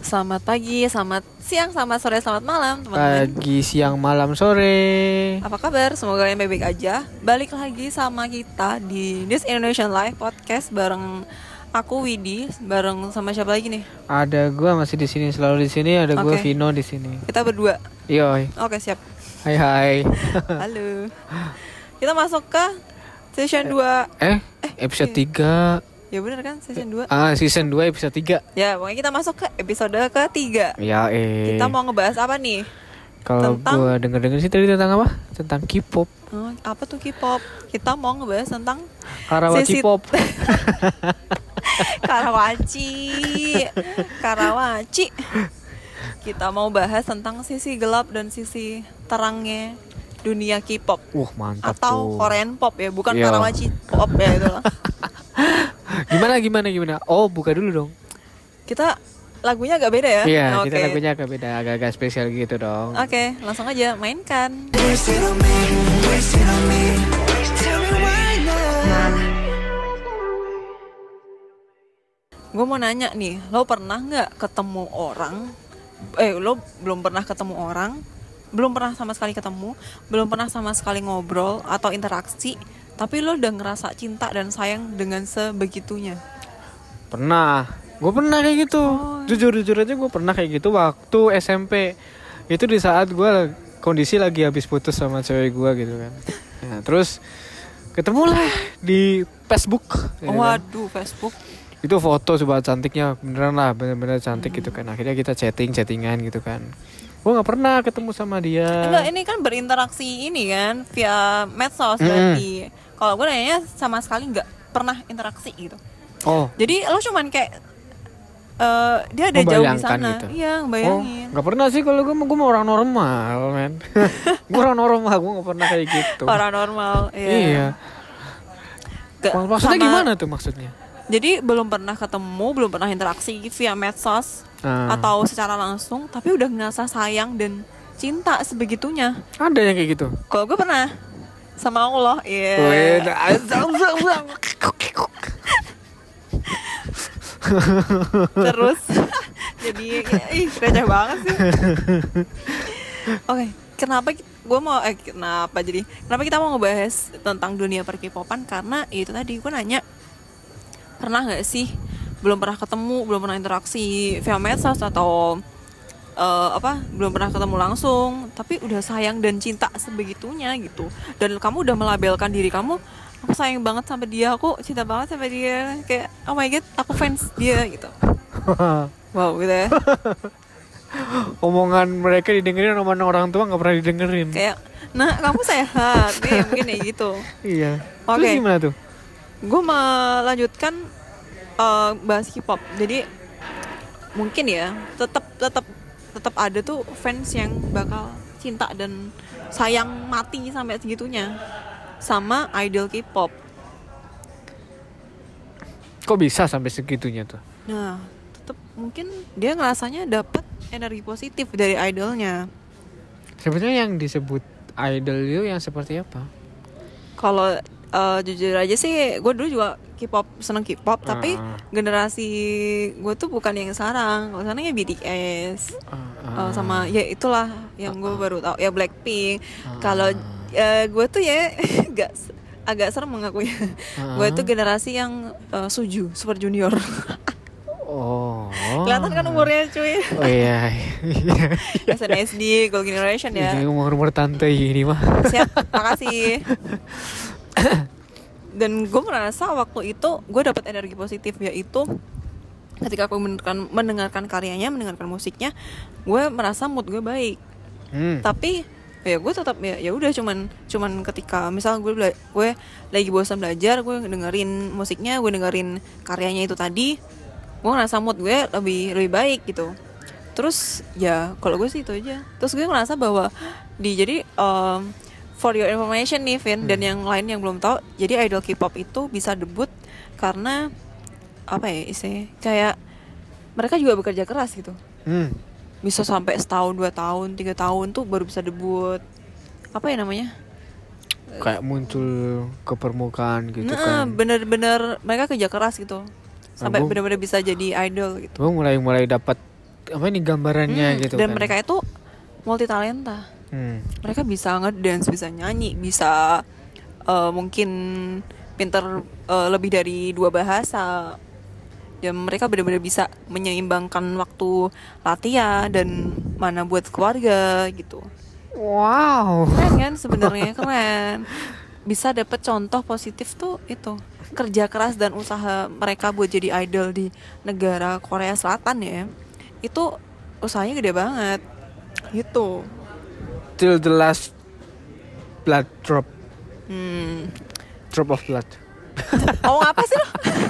Selamat pagi, selamat siang, selamat sore, selamat malam teman-teman. Pagi, siang, malam, sore. Apa kabar? Semoga kalian baik-baik aja. Balik lagi sama kita di This Indonesian Life Podcast bareng aku Widi, bareng sama siapa lagi nih? Ada gua masih di sini, selalu di sini. Ada gua Oke. Vino di sini. Kita berdua. Yoi. Oke, siap. Hai. Halo. Kita masuk ke season 2. Episode iya. 3. Ya bener kan, season 2. Season 2 episode 3. Ya, pokoknya kita masuk ke episode ke-3. Ya, Kita mau ngebahas apa nih? Kalau tentang- gua denger sih tadi tentang apa? Tentang K-pop. Apa tuh K-pop? Kita mau ngebahas tentang Karawaci Sisi- pop. Karawaci. Kita mau bahas tentang sisi gelap dan sisi terangnya dunia K-pop Mantap atau tuh. Korean pop ya, bukan Iya. Karawaci pop ya itu. Gimana? Oh, buka dulu dong. Kita lagunya agak beda ya? Iya, Oke. kita lagunya agak beda, agak-agak spesial gitu dong. Oke, langsung aja mainkan. Gue mau nanya nih, lo pernah nggak ketemu orang? Lo belum pernah ketemu orang, belum pernah sama sekali ketemu, belum pernah sama sekali ngobrol atau interaksi, tapi lo udah ngerasa cinta dan sayang dengan sebegitunya. Pernah. Gue pernah kayak gitu. Jujur aja gue pernah kayak gitu waktu SMP. Itu di saat gue kondisi lagi habis putus sama cewek gue gitu kan. Nah, terus ketemulah di Facebook. Ya kan? Waduh, Facebook. Itu foto coba cantiknya beneran lah, bener-bener cantik gitu kan. Akhirnya kita chattingan gitu kan. Gue nggak pernah ketemu sama dia. Enggak, ini kan berinteraksi ini kan via medsos berarti. Kalau gue nanya sama sekali nggak pernah interaksi gitu. Oh. Jadi lo cuman kayak dia ada jauh di Membayangkan sana. gitu. Iya, bayangin. Nggak pernah sih kalau gue mau orang normal men. Gue orang normal, gue nggak pernah kayak gitu. Paranormal, Iya. Maksudnya gimana tuh maksudnya? Jadi belum pernah ketemu, belum pernah interaksi via medsos atau secara langsung, tapi udah ngerasa sayang dan cinta sebegitunya. Ada yang kayak gitu? Kalau gue pernah sama Allah, iya. Terus jadi receh banget sih. Oke, kenapa kita mau ngebahas tentang dunia per-K-popan? Karena itu tadi gue nanya, pernah nggak sih belum pernah ketemu, belum pernah interaksi via medsos atau belum pernah ketemu langsung, tapi udah sayang dan cinta sebegitunya gitu. Dan kamu udah melabelkan diri kamu, aku sayang banget sama dia, aku cinta banget sama dia, kayak oh my god, aku fans dia gitu. Wow, gitu ya. Omongan mereka didengerin sama orang tua nggak pernah didengerin. Kayak, nah kamu sehat, nih mungkin ya gitu. Iya. Oke. Terus gimana tuh? Gue melanjutkan bahas K-pop. Jadi mungkin ya tetap ada tuh fans yang bakal cinta dan sayang mati sampai segitunya sama idol K-pop. Kok bisa sampai segitunya tuh? Nah, tetap mungkin dia ngerasanya dapat energi positif dari idolnya. Sebenarnya yang disebut idol itu yang seperti apa? Kalau jujur aja sih, gue dulu juga K-pop, seneng K-pop, tapi generasi gue tuh bukan yang sekarang. Kalau sekarang ya BTS, sama ya itulah yang gue baru tahu ya Blackpink. Kalau gue tuh ya agak serem mengakunya. Gue tuh generasi yang Suju, Super Junior. Oh. Kelihatan kan umurnya cuy. Oh iya. SNSD, Gold Generation ya. Ini umur tante ini mah. Siap, makasih. Dan gue merasa waktu itu gue dapat energi positif, yaitu ketika aku mendengarkan karyanya, mendengarkan musiknya, gue merasa mood gue baik. Tapi ya gue tetap ya udah cuman ketika misal gue lagi bosan belajar, gue dengerin musiknya, gue dengerin karyanya itu tadi, gue ngerasa mood gue lebih baik gitu. Terus ya kalau gue sih itu aja. Terus gue ngerasa bahwa jadi for your information nih Vin, dan yang lain yang belum tahu, jadi idol K-pop itu bisa debut karena apa ya istilahnya, kayak mereka juga bekerja keras gitu. Bisa sampai setahun, 2 tahun, 3 tahun tuh baru bisa debut. Apa ya namanya? Kayak muncul ke permukaan gitu kan. Bener-bener mereka kerja keras gitu. Sampai bener-bener bisa jadi idol gitu. Gue mulai dapat apa ini gambarannya gitu dan kan. mereka itu multi talenta. Mereka bisa ngedance, bisa nyanyi, bisa mungkin pinter lebih dari 2 bahasa. Dan mereka benar-benar bisa menyeimbangkan waktu latihan dan mana buat keluarga gitu. Wow. Keren kan sebenarnya, keren. Bisa dapet contoh positif tuh itu kerja keras dan usaha mereka buat jadi idol di negara Korea Selatan ya. Itu usahanya gede banget gitu. Till the last blood drop. Drop of blood. Oh apa sih lo?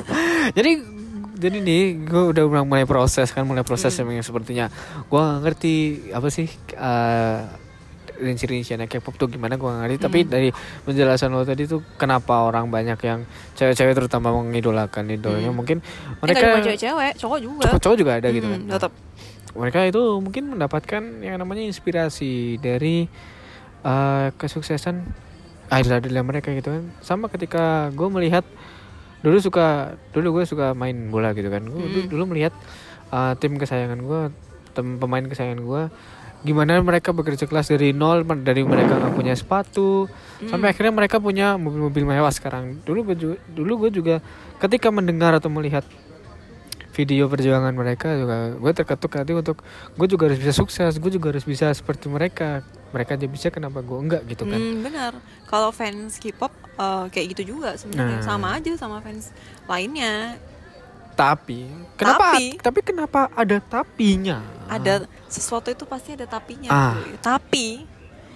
Jadi nih gue udah mulai proses yang sepertinya gue gak ngerti apa sih rinci-rinciannya K-pop tuh gimana gue gak ngerti. Tapi dari penjelasan lo tadi tuh kenapa orang banyak yang cewek-cewek terutama mengidolakan idolnya. Mungkin mereka cuma cewek-cewek, cowok juga ada gitu kan. Tetap. Mereka itu mungkin mendapatkan yang namanya inspirasi dari kesuksesan idol-idol mereka gitu kan. Sama ketika gue melihat dulu gue suka main bola gitu kan. Gue dulu melihat tim kesayangan gue, pemain kesayangan gue, gimana mereka bekerja keras dari nol, dari mereka nggak punya sepatu sampai akhirnya mereka punya mobil-mobil mewah sekarang. Dulu gue juga ketika mendengar atau melihat video perjuangan mereka juga gue terketuk hati untuk gue juga harus bisa sukses, gue juga harus bisa seperti mereka aja bisa, kenapa gue enggak gitu kan. Benar. Kalau fans K-pop kayak gitu juga sebenarnya, sama aja sama fans lainnya. Tapi kenapa ada tapinya? Ada sesuatu itu pasti ada tapinya. Tapi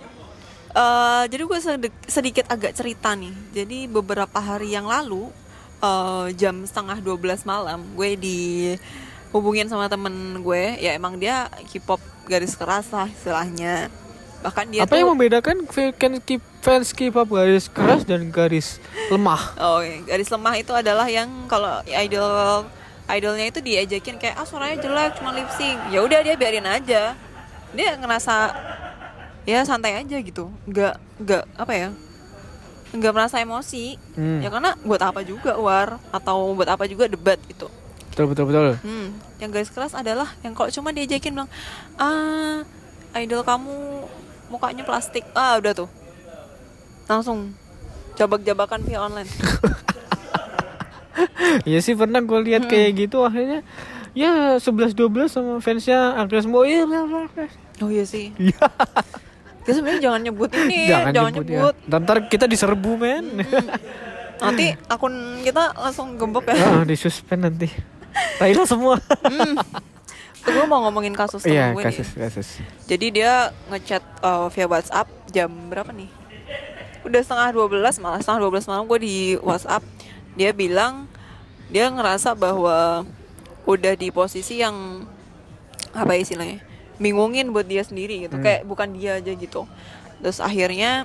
jadi gue sedikit agak cerita nih. Jadi beberapa hari yang lalu jam 11:30 malam gue dihubungin sama temen gue. Ya emang dia K-pop garis keras lah istilahnya. Bahkan dia apa yang membedakan fans K-pop garis keras dan garis lemah? Oh, garis lemah itu adalah yang kalau idolnya itu diajakin kayak suaranya jelek cuma lip sync. Ya udah dia biarin aja. Dia ngerasa ya santai aja gitu. Enggak apa ya? Enggak merasa emosi. Ya karena buat apa juga war atau buat apa juga debat itu. Betul. Yang garis keras adalah yang kalau cuma diajakin bilang idol kamu mukanya plastik, udah tuh langsung jabak-jabakan via online. Iya sih pernah gue lihat kayak gitu, akhirnya ya 11-12 sama fansnya agres semua. Oh iya sih. Ya sebenarnya jangan nyebut ini, jangan nyebut. Ya. Ntar kita diserbu men. Nanti akun kita langsung gembok ya. Di suspend nanti. Taila semua. Gue mau ngomongin kasus temen gue kasus. Jadi dia ngechat via WhatsApp jam berapa nih? Udah 11:30 malam gue di WhatsApp. Dia bilang dia ngerasa bahwa udah di posisi yang apa istilahnya, bingungin buat dia sendiri gitu. Kayak bukan dia aja gitu. Terus akhirnya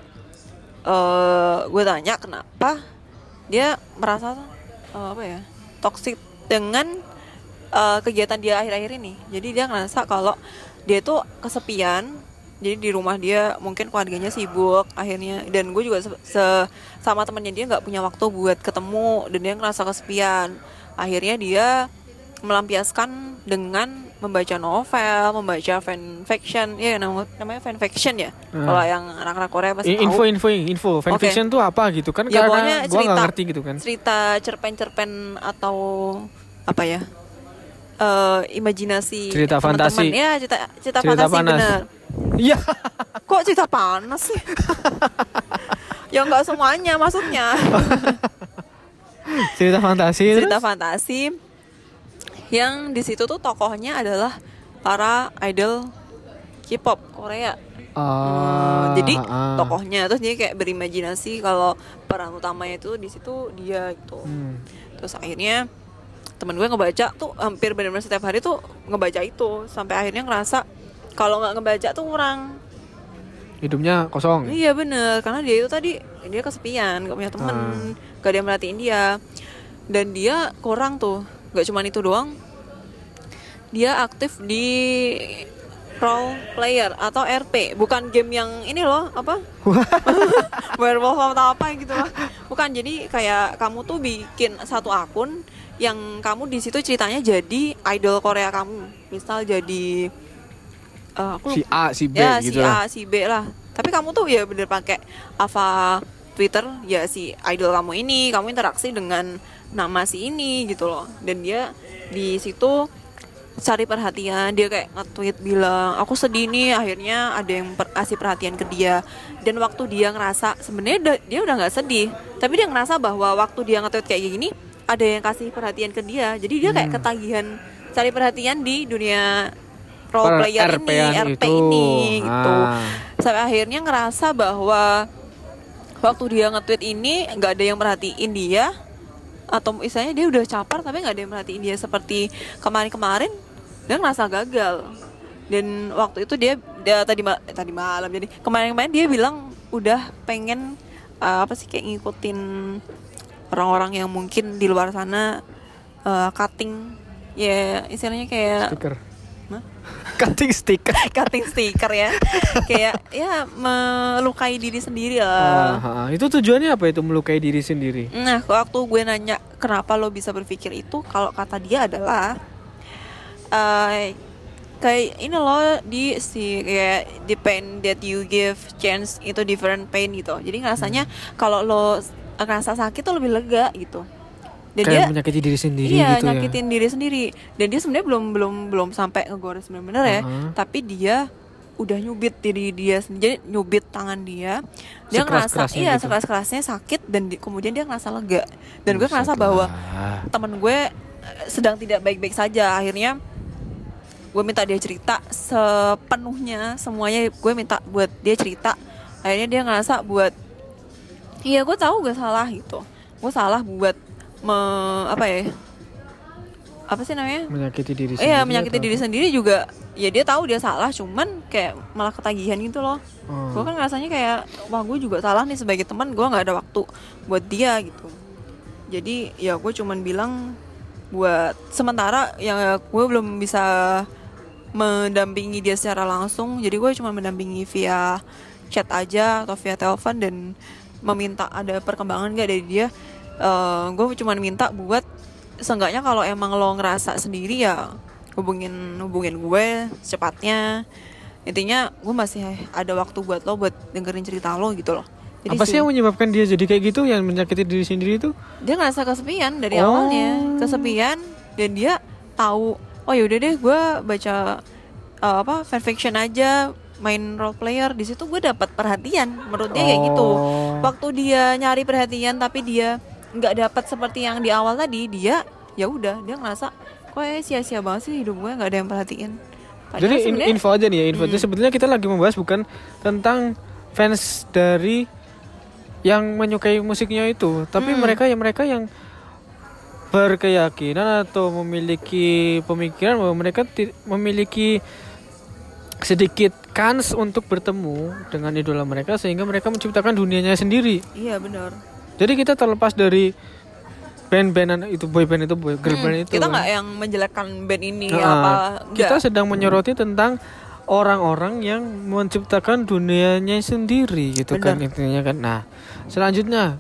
gue tanya kenapa dia merasa toxic dengan kegiatan dia akhir-akhir ini. Jadi dia ngerasa kalau dia tuh kesepian. Jadi di rumah dia mungkin keluarganya sibuk akhirnya, dan gue juga sama temannya dia nggak punya waktu buat ketemu, dan dia ngerasa kesepian. Akhirnya dia melampiaskan dengan membaca novel, membaca fanfiction. Ya namanya fanfiction ya. Kalau yang anak-anak Korea pasti tahu. Info. Fanfiction tuh apa gitu kan? Ya, karena gue nggak ngerti gitu kan. Cerita cerpen-cerpen atau apa ya? Imajinasi cerita teman-teman. fantasi. Ya, cerita fantasi benar. Iya. Kok cerita panas sih? Ya enggak semuanya maksudnya. Cerita fantasi yang di situ tuh tokohnya adalah para idol K-pop Korea. Jadi tokohnya terus dia kayak berimajinasi kalau peran utamanya itu di situ dia itu. Terus akhirnya temen gue ngebaca tuh hampir benar-benar setiap hari tuh ngebaca itu, sampai akhirnya ngerasa kalau nggak ngebaca tuh kurang, hidupnya kosong. Iya bener, karena dia itu tadi dia kesepian, nggak punya temen, nggak ada yang merhatiin dia, dan dia kurang tuh. Nggak cuma itu doang, dia aktif di role player atau RP, bukan game yang ini loh, apa? Werewolf atau apa gitu loh. Bukan, jadi kayak kamu tuh bikin satu akun yang kamu di situ ceritanya jadi idol Korea kamu. Misal jadi si A, si B ya, gitu si lah. A, si B lah. Tapi kamu tuh ya bener pakai apa Twitter ya si idol kamu ini, kamu interaksi dengan nama si ini gitu loh. Dan dia di situ cari perhatian, dia kayak nge-tweet bilang aku sedih nih, akhirnya ada yang kasih perhatian ke dia. Dan waktu dia ngerasa sebenarnya dia udah nggak sedih, tapi dia ngerasa bahwa waktu dia nge-tweet kayak gini ada yang kasih perhatian ke dia, jadi dia kayak ketagihan cari perhatian di dunia role player ini, RP ini gitu. Sampai akhirnya ngerasa bahwa waktu dia nge-tweet ini nggak ada yang merhatiin dia, atau misalnya dia udah capar tapi nggak ada yang merhatiin dia seperti kemarin-kemarin, dia ngerasa gagal. Dan waktu itu dia tadi malam, jadi kemarin-kemarin dia bilang udah pengen apa sih, kayak ngikutin orang-orang yang mungkin di luar sana cutting ya, istilahnya kayak stiker. Cutting stiker ya, kayak ya melukai diri sendiri lah. Itu tujuannya apa itu, melukai diri sendiri? Nah, waktu gue nanya kenapa lo bisa berpikir itu, kalau kata dia adalah kayak ini loh, kayak the pain that you give chance itu different pain gitu. Jadi ngerasanya kalau lo ngerasa sakit tuh lebih lega gitu. Dan kayak dia menyakiti diri sendiri iya, gitu, nyakitin diri sendiri. Dan dia sebenarnya belum sampai ngegores bener-bener ya. Tapi dia udah nyubit diri dia sendiri, nyubit tangan dia. Dia ngerasa iya gitu. Sekeras-kerasnya sakit, dan kemudian dia ngerasa lega. Dan gue ngerasa bahwa temen gue sedang tidak baik-baik saja. Akhirnya gue minta dia cerita sepenuhnya, semuanya gue minta buat dia cerita. Akhirnya dia ngerasa buat iya, gue tahu gue salah gitu. Gue salah buat apa sih namanya, menyakiti diri sendiri. Iya, menyakiti diri sendiri juga. Ya dia tahu dia salah, cuman kayak malah ketagihan gitu loh. Gue kan rasanya kayak wah, gue juga salah nih sebagai teman, gue nggak ada waktu buat dia gitu. Jadi ya gue cuman bilang buat sementara yang gue belum bisa mendampingi dia secara langsung, jadi gue cuma mendampingi via chat aja atau via telepon, dan meminta ada perkembangan gak dari dia. Gue cuma minta buat seenggaknya kalau emang lo ngerasa sendiri ya hubungin gue secepatnya. Intinya gue masih ada waktu buat lo, buat dengerin cerita lo gitu loh. Jadi apa sih yang menyebabkan dia jadi kayak gitu, yang menyakiti diri sendiri itu? Dia ngerasa kesepian dari awalnya, kesepian, dan dia tahu oh yaudah deh gue baca fanfiction aja, main role player, di situ gue dapat perhatian. Menurut dia kayak gitu. Waktu dia nyari perhatian tapi dia nggak dapat seperti yang di awal tadi, dia ya udah, dia ngerasa kok sia-sia banget sih hidup gue, nggak ada yang perhatiin. Padahal jadi info aja nih ya, info itu sebetulnya kita lagi membahas bukan tentang fans dari yang menyukai musiknya itu, tapi mereka yang berkeyakinan atau memiliki pemikiran bahwa mereka memiliki sedikit kans untuk bertemu dengan idola mereka, sehingga mereka menciptakan dunianya sendiri. Iya, benar. Jadi kita terlepas dari band-bandan itu, boyband itu, girl band itu. Kita nggak yang menjelekkan band ini kita sedang menyoroti tentang orang-orang yang menciptakan dunianya sendiri gitu. Bener. Kan intinya kan. Nah, selanjutnya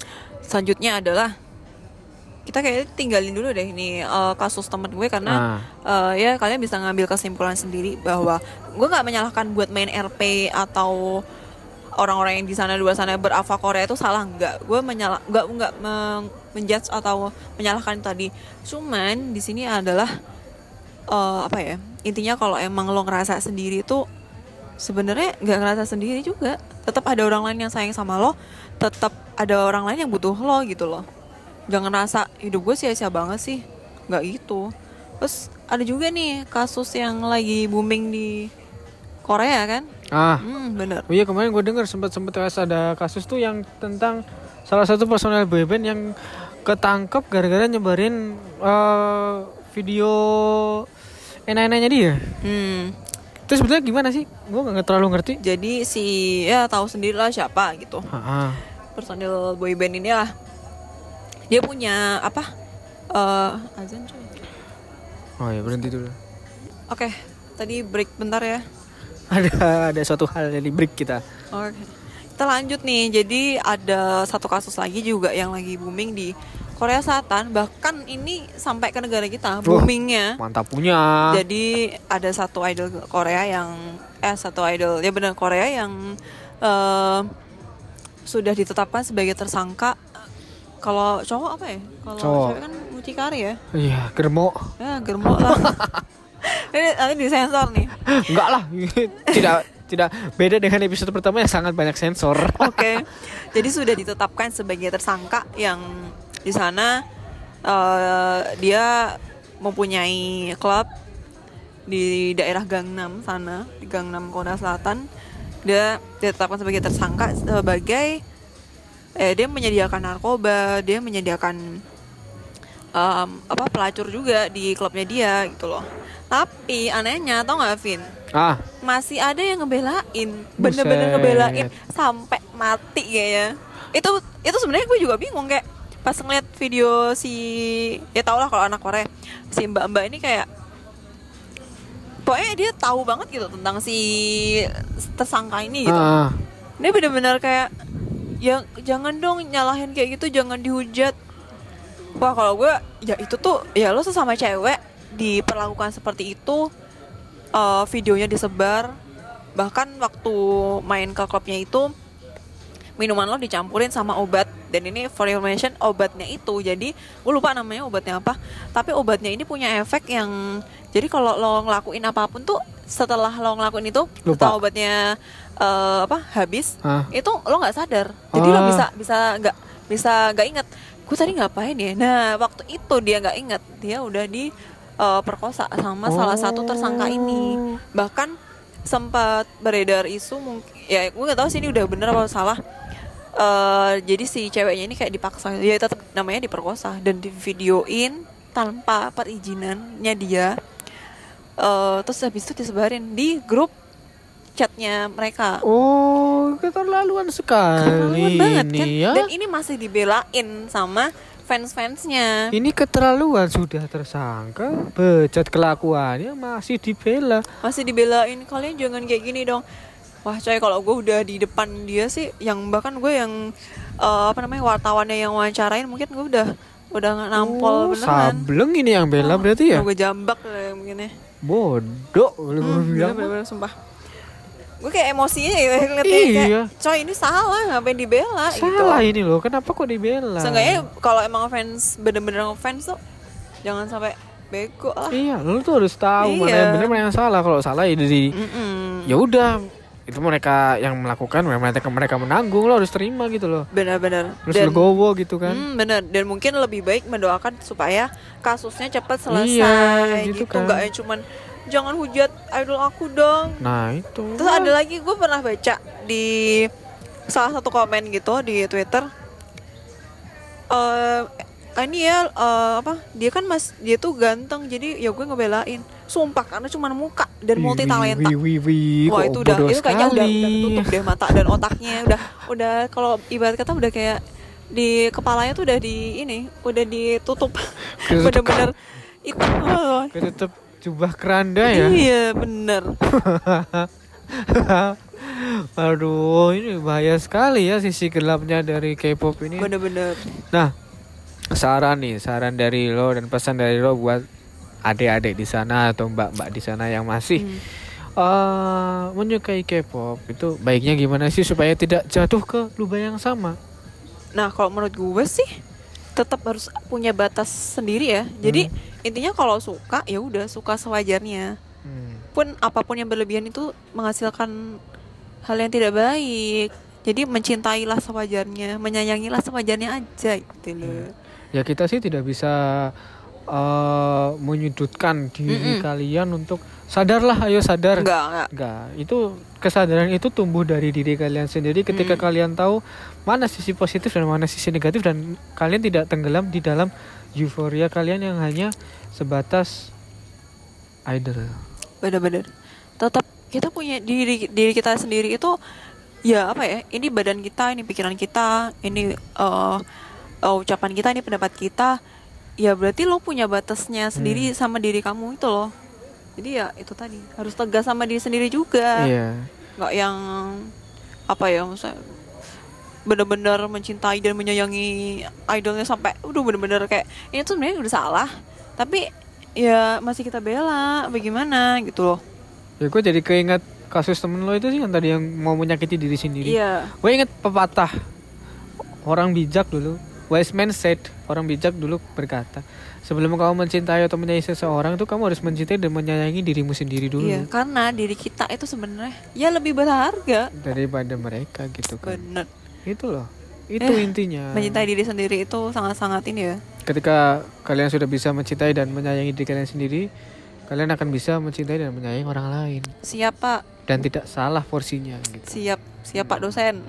adalah kita kayak tinggalin dulu deh ini kasus temen gue, karena ya kalian bisa ngambil kesimpulan sendiri bahwa gue nggak menyalahkan buat main RP atau orang-orang yang di sana luar sana berava Korea itu salah, nggak. Gue nggak menjudge atau menyalahkan tadi. Cuman di sini adalah intinya kalau emang lo ngerasa sendiri tuh sebenarnya nggak ngerasa sendiri juga, tetap ada orang lain yang sayang sama lo, tetap ada orang lain yang butuh lo gitu loh. Jangan ngerasa hidup gue sia-sia banget sih, nggak gitu. Terus ada juga nih kasus yang lagi booming di Korea kan. Bener. Oh iya, kemarin gue dengar sempat ada kasus tuh yang tentang salah satu personel boyband yang ketangkep gara-gara nyebarin video enak-enaknya dia. Itu sebetulnya gimana sih? Gue nggak terlalu ngerti. Jadi ya tahu sendiri lah siapa gitu. Personil boyband ini lah. Dia punya azan coy. Oh ya, berhenti dulu. Oke. tadi break bentar ya. Ada suatu hal yang di break kita. Oke. Kita lanjut nih. Jadi ada satu kasus lagi juga yang lagi booming di Korea Selatan. Bahkan ini sampai ke negara kita boomingnya. Mantap punya. Jadi ada satu idol Korea ya benar Korea yang sudah ditetapkan sebagai tersangka. Kalau cowok apa ya? Kalau cewek kan mucikari ya. Iya, germo. Ya, germo lah. Ini nanti disensor nih. Enggak lah. Tidak beda dengan episode pertama yang sangat banyak sensor. Oke. Jadi sudah ditetapkan sebagai tersangka yang di sana dia mempunyai klub di daerah Gangnam sana, di Gangnam Korea Selatan. Dia ditetapkan sebagai tersangka sebagai dia menyediakan narkoba, dia menyediakan pelacur juga di klubnya dia gitu loh. Tapi anehnya tau gak Vin? Masih ada yang ngebelain, bener-bener ngebelain sampai mati kayaknya. Itu sebenarnya gue juga bingung kayak pas ngeliat video si, ya tau lah kalau anak Korea, si mbak-mbak ini kayak pokoknya dia tahu banget gitu tentang si tersangka ini gitu. Dia bener-bener kayak ya jangan dong nyalahin kayak gitu, jangan dihujat. Wah kalau gue ya itu tuh ya lo sesama cewek diperlakukan seperti itu, videonya disebar. Bahkan waktu main ke klubnya itu minuman lo dicampurin sama obat. Dan ini for your mention obatnya itu, jadi gue lupa namanya obatnya apa, tapi obatnya ini punya efek yang jadi kalau lo ngelakuin apapun tuh setelah lo ngelakuin itu setelah obatnya habis itu lo nggak sadar, jadi lo bisa nggak inget gue tadi ngapain ya. Nah waktu itu dia nggak inget, dia udah diperkosa sama salah satu tersangka ini. Bahkan sempat beredar isu mungkin ya gue nggak tahu sih ini udah bener apa salah. Jadi si ceweknya ini kayak dipaksa, ya tetap namanya diperkosa dan divideoin tanpa perizinannya dia. Terus habis itu disebarin di grup chatnya mereka. Oh, keterlaluan sekali. Keterlaluan banget kan? Ya? Dan ini masih dibelain sama fans-fansnya. Ini keterlaluan, sudah tersangka, bejat kelakuannya masih dibela. Masih dibelain, kalian jangan kayak gini dong. Wah coy, kalau gue udah di depan dia sih, yang bahkan gue yang wartawannya yang wawancarain, mungkin gue udah nggak nampol beneran. Sableng ini yang bela berarti ya? Gue jambak lah mungkin ya. Bodoh, lu bilang. Bener-bener sumpah. Gue kayak emosinya ya ngeliatnya kayak, coy ini salah, ngapain dibela gitu. Salah ini loh, kenapa kok dibela? Seenggaknya kalau emang fans bener-bener ngefans tuh jangan sampai bego lah. Iya, lu tuh harus tahu mana yang benar mana yang salah. Kalau salah ya ya udah. Itu mereka yang melakukan, mereka menanggung, lo harus terima gitu loh. Benar-benar. Terus legowo gitu kan. Benar. Dan mungkin lebih baik mendoakan supaya kasusnya cepat selesai. Iya, gitu kan. Nggak yang cuman jangan hujat idol aku dong. Nah itu. Terus ada lagi gue pernah baca di salah satu komen gitu di Twitter. Ini ya dia kan dia tuh ganteng, jadi ya gue ngebelain. Sumpah karena cuma muka dan multi talenta. Wah itu kayaknya udah tutup deh mata dan otaknya udah kalau ibarat kata udah kayak di kepalanya tuh udah ditutup. Bener-bener itu ketutup jubah keranda ya. Iya bener. Aduh ini bahaya sekali ya sisi gelapnya dari K-pop ini. Bener-bener. Nah saran dari lo dan pesan dari lo buat adik-adik di sana atau mbak-mbak di sana yang masih menyukai K-pop, itu baiknya gimana sih supaya tidak jatuh ke lubang yang sama? Nah kalau menurut gue sih tetap harus punya batas sendiri ya. Jadi intinya kalau suka ya udah suka sewajarnya. Pun apapun yang berlebihan itu menghasilkan hal yang tidak baik. Jadi mencintailah sewajarnya, menyayangilah sewajarnya aja gitu loh. Ya kita sih tidak bisa menyudutkan diri kalian untuk sadarlah, ayo sadar. Enggak. Itu kesadaran itu tumbuh dari diri kalian sendiri ketika kalian tahu mana sisi positif dan mana sisi negatif, dan kalian tidak tenggelam di dalam euforia kalian yang hanya sebatas idol. Benar-benar. Tetap kita punya diri kita sendiri itu ya apa ya? Ini badan kita, ini pikiran kita, ini ucapan kita, ini pendapat kita. Ya berarti lo punya batasnya sendiri sama diri kamu itu loh. Jadi ya itu tadi, harus tegas sama diri sendiri juga. Iya. Nggak yang apa ya, maksudnya benar-benar mencintai dan menyayangi idolnya sampai udah benar-benar kayak ini tuh sebenarnya udah salah, tapi ya masih kita bela, bagaimana gitu loh. Ya gue jadi keinget kasus temen lo itu sih, yang tadi yang mau menyakiti diri sendiri. Iya. Gue inget pepatah orang bijak dulu, wise man said, orang bijak dulu berkata, sebelum kamu mencintai atau menyayangi seseorang tuh kamu harus mencintai dan menyayangi dirimu sendiri dulu. Iya, karena diri kita itu sebenarnya ya lebih berharga daripada mereka gitu kan. bener. Itu loh, itu intinya. Mencintai diri sendiri itu sangat-sangat ini ya. Ketika kalian sudah bisa mencintai dan menyayangi diri kalian sendiri, kalian akan bisa mencintai dan menyayangi orang lain. Siap Pak. Dan tidak salah porsinya gitu. Siap Pak dosen.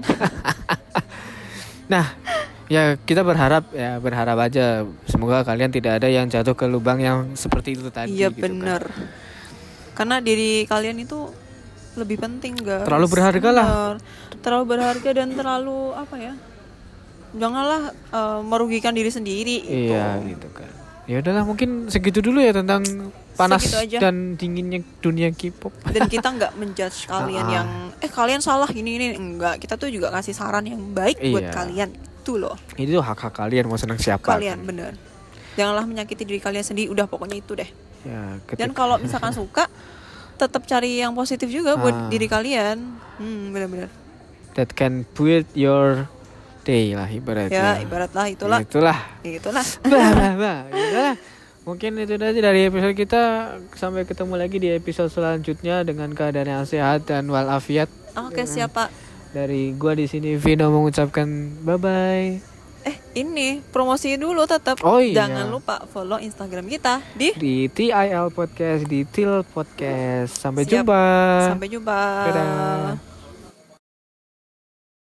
Nah, ya kita berharap aja semoga kalian tidak ada yang jatuh ke lubang yang seperti itu tadi. Iya gitu bener kan. Karena diri kalian itu lebih penting guys. Terlalu berharga lah. Terlalu berharga dan terlalu apa ya, janganlah merugikan diri sendiri. Iya gitu kan. Ya udahlah, mungkin segitu dulu ya tentang panas dan dinginnya dunia K-pop. Dan kita nggak menjudge kalian yang kalian salah ini enggak. Kita tuh juga kasih saran yang baik buat kalian itu loh. Itu hak-hak kalian mau senang siapa. Kalian kan? Bener. Janganlah menyakiti diri kalian sendiri. Udah pokoknya itu deh. Ya, dan kalau misalkan suka, tetap cari yang positif juga buat diri kalian. Benar-benar. That can build your day lah ibaratnya. Ya ibaratlah itulah. Itulah. Itulah. Mungkin itu aja dari episode kita. Sampai ketemu lagi di episode selanjutnya dengan keadaan yang sehat dan walafiat. Oke, siap Pak. Dari gua di sini Vino mengucapkan bye bye. Ini promosi dulu tetap. Oh iya. Jangan lupa follow Instagram kita di TIL Podcast, di TIL Podcast. Sampai Siap. jumpa. Sampai jumpa. Dadah.